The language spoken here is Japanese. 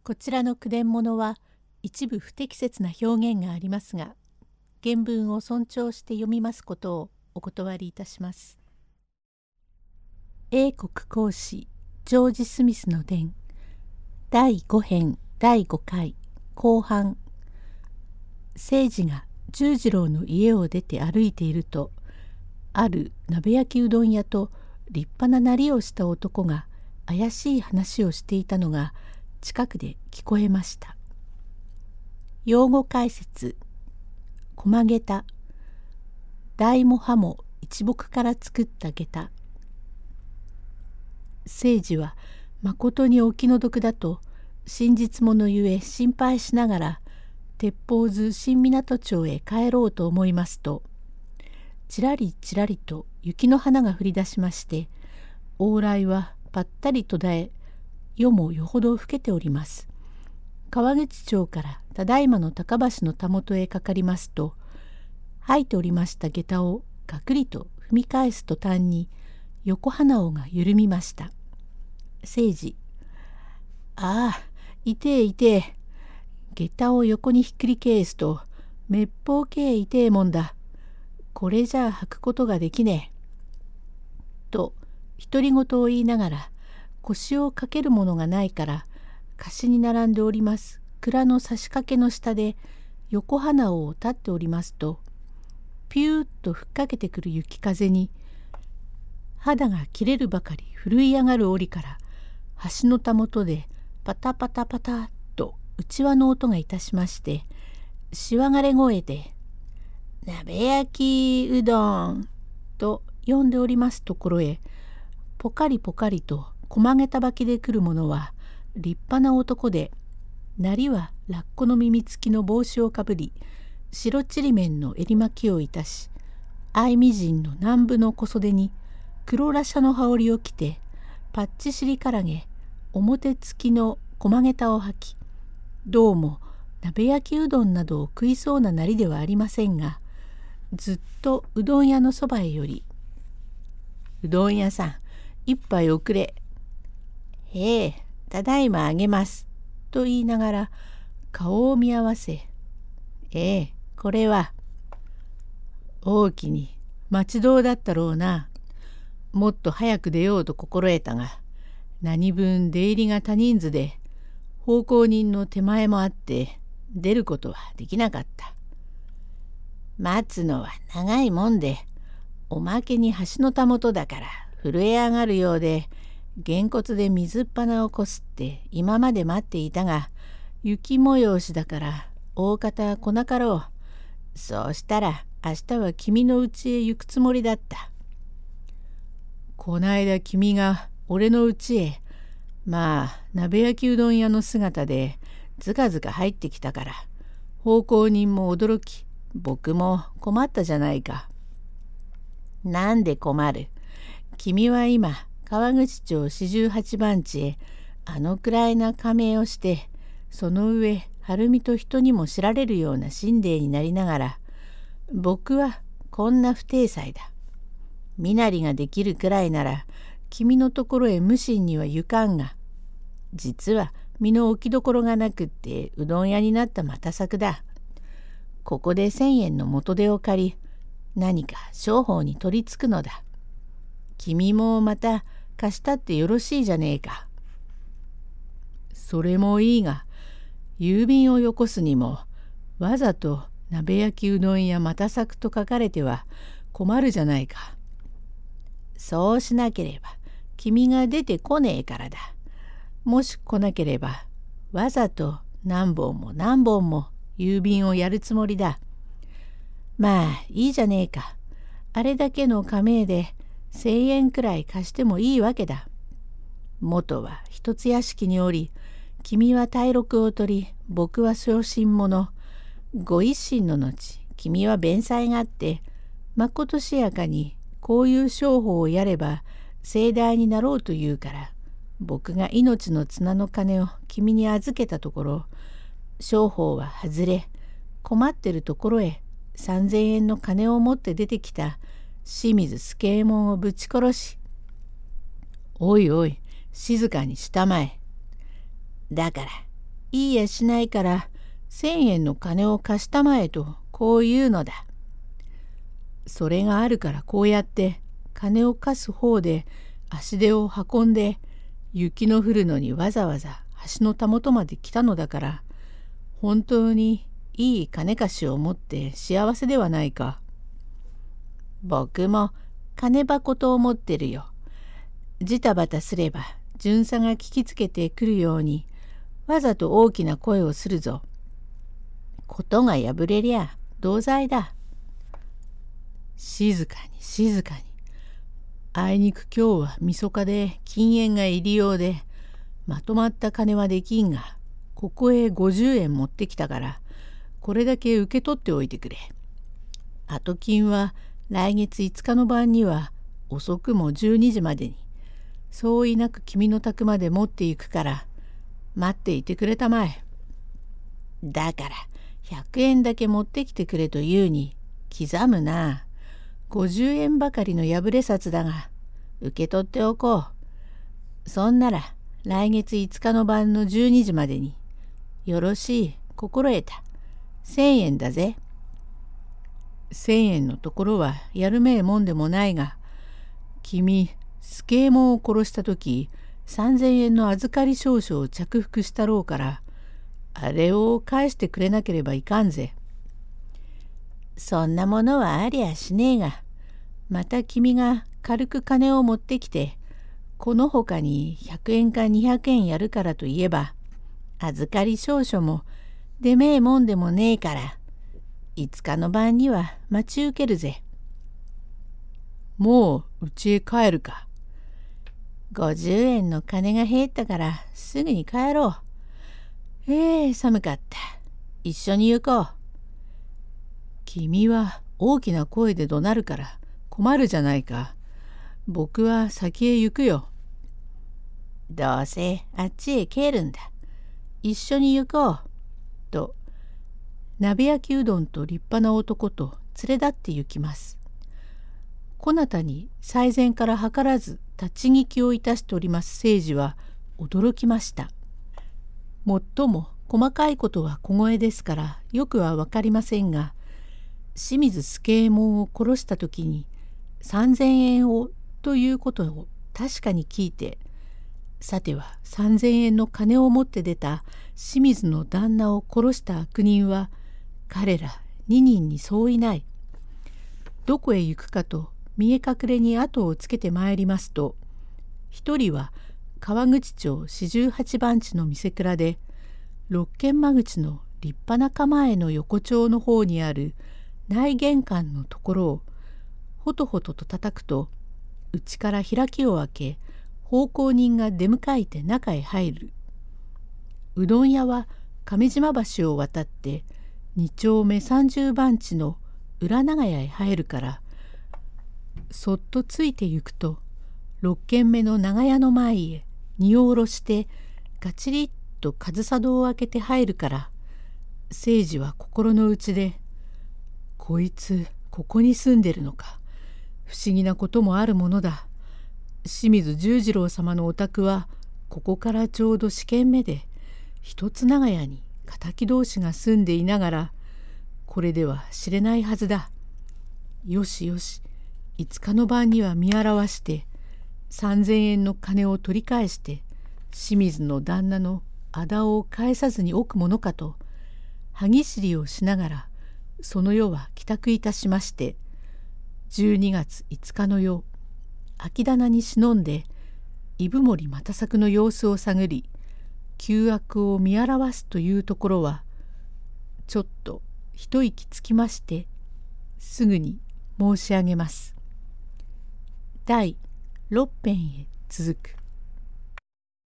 こちらの句伝物は一部不適切な表現がありますが、原文を尊重して読みますことをお断りいたします。英国公使ジョージ・スミスの伝第5編第5回後半。聖司が十次郎の家を出て歩いていると、ある鍋焼きうどん屋と立派ななりをした男が怪しい話をしていたのが近くで聞こえました。用語解説。駒下駄。台も刃も一木から作った下駄。聖司はまことにお気の毒だと真実者ゆえ心配しながら鉄砲図新港町へ帰ろうと思いますと、ちらりちらりと雪の花が降り出しまして、往来はぱったり途絶え、夜もよほど更けております。川口町からただいまの高橋のたもとへかかりますと、履いておりました下駄をがくりと踏み返すとたんに横鼻緒が緩みました。聖司、ああ、痛え痛え。下駄を横にひっくり返すと、めっぽうけえ痛えもんだ。これじゃあ履くことができねえ。と、独り言を言いながら、腰をかけるものがないから、貸しに並んでおります蔵の差し掛けの下で横鼻緒を立っておりますと、ピューッと吹っかけてくる雪風に、肌が切れるばかり震い上がる折から橋のたもとでパタパタパタとうちわの音がいたしまして、しわがれ声で「鍋焼きうどん」と呼んでおりますところへ、ポカリポカリと駒下駄履きで来る者は立派な男で、なりはラッコの耳付きの帽子をかぶり、白ちりめんの襟巻きをいたし、相みじんの南部の小袖に黒羅車の羽織を着て、パッチ尻からげ表付きの駒下駄を履き、どうも鍋焼きうどんなどを食いそうななりではありませんが、ずっとうどん屋のそばへより、うどん屋さん、一杯おくれ。へえ、ただいまあげます。と言いながら顔を見合わせ、これは。大きに待ち遠だったろうな。もっと早く出ようと心得たが、何分出入りが多人数で、奉公人の手前もあって出ることはできなかった。待つのは長いもんで、おまけに橋のたもとだから震え上がるようで、げんこつで水っ鼻をこすって今まで待っていたが、雪催しだから大方来なかろう。そうしたら明日は君の家へ行くつもりだった。こないだ君が俺の家へ、まあ鍋焼きうどん屋の姿でずかずか入ってきたから、奉公人も驚き、僕も困ったじゃないか。なんで困る。君は今川口町四十八番地へあのくらいな加盟をして、その上晴美と人にも知られるような神霊になりながら、僕はこんな不体裁だ。身なりができるくらいなら君のところへ無心には行かんが、実は身の置きどころがなくってうどん屋になったまた作だ。ここで1,000円の元手を借り、何か商法に取りつくのだ。君もまた貸したってよろしいじゃねえか。それもいいが、郵便をよこすにもわざと鍋焼きうどんやまた作と書かれては困るじゃないか。そうしなければ君が出てこねえからだ。もし来なければわざと何本も何本も郵便をやるつもりだ。まあいいじゃねえか。あれだけの加盟で1,000円くらい貸してもいいわけだ。元は一つ屋敷におり、君は大禄を取り、僕は小心者。ご一心の後、君は弁済があって、まことしやかにこういう商法をやれば盛大になろうというから、僕が命の綱の金を君に預けたところ、商法は外れ、困ってるところへ3,000円の金を持って出てきた清水助右衛門をぶち殺し、おいおい、静かにしたまえ。だからいいやしないから1,000円の金を貸したまえとこう言うのだ。それがあるからこうやって金を貸す方で足手を運んで雪の降るのにわざわざ橋のたもとまで来たのだから、本当にいい金貸しを持って幸せではないか。僕も金箱と思ってるよ。ジタバタすれば巡査が聞きつけてくるようにわざと大きな声をするぞ。ことが破れりゃ同罪だ。静かに静かに。あいにく今日はみそかで禁煙が入りようでまとまった金はできんが、ここへ50円持ってきたからこれだけ受け取っておいてくれ。後金は来月5日の晩には遅くも12時までにそういなく君の宅まで持っていくから待っていてくれたまえ。だから100円だけ持ってきてくれと言うに刻むな。50円ばかりの破れ札だが受け取っておこう。そんなら来月5日の晩の12時までによろしい、心得た。1,000円だぜ。1,000円のところはやるめえもんでもないが、君助右衛門を殺した時3,000円の預かり証書を着服したろうから、あれを返してくれなければいかんぜ。そんなものはありゃしねえが、また君が軽く金を持ってきてこのほかに100円か200円やるからといえば、預かり証書も出めえもんでもねえから5日の晩には待ち受けるぜ。もう家へ帰るか。50円の金が減ったからすぐに帰ろう。寒かった。一緒に行こう。君は大きな声で怒鳴るから困るじゃないか。僕は先へ行くよ。どうせあっちへ帰るんだ。一緒に行こう。と、鍋焼きうどんと立派な男と連れ立って行きます。こなたに最前から図らず立ち聞きをいたしております清次は驚きました。もっとも細かいことは小声ですからよくは分かりませんが、清水助右衛門を殺した時に3,000円をということを確かに聞いて、さては3,000円の金を持って出た清水の旦那を殺した悪人は彼ら2人に相違ない。どこへ行くかと見え隠れに後をつけてまいりますと、一人は川口町48番地の店蔵で、六軒間口の立派な構えの横丁の方にある内玄関のところをほとほとと叩くと、内から開きを開け奉公人が出迎えて中へ入る。うどん屋は亀島橋を渡って2丁目30番地の裏長屋へ入るから、そっとついて行くと6軒目の長屋の前へ荷を下ろしてガチリッと上総戸を開けて入るから、清次は心の内で「こいつここに住んでるのか。不思議なこともあるものだ。清水十次郎様のお宅はここからちょうど4軒目で、一つ長屋に敵同士が住んでいながら、これでは知れないはずだ。よしよし、5日の晩には見表して3,000円の金を取り返して清水の旦那のあだを返さずにおくものかと歯ぎしりをしながら、その夜は帰宅いたしまして、12月5日の夜、空き棚に忍んで伊布森又作の様子を探り、旧悪を見表すというところはちょっと一息つきまして、すぐに申し上げます。第6編へ続く。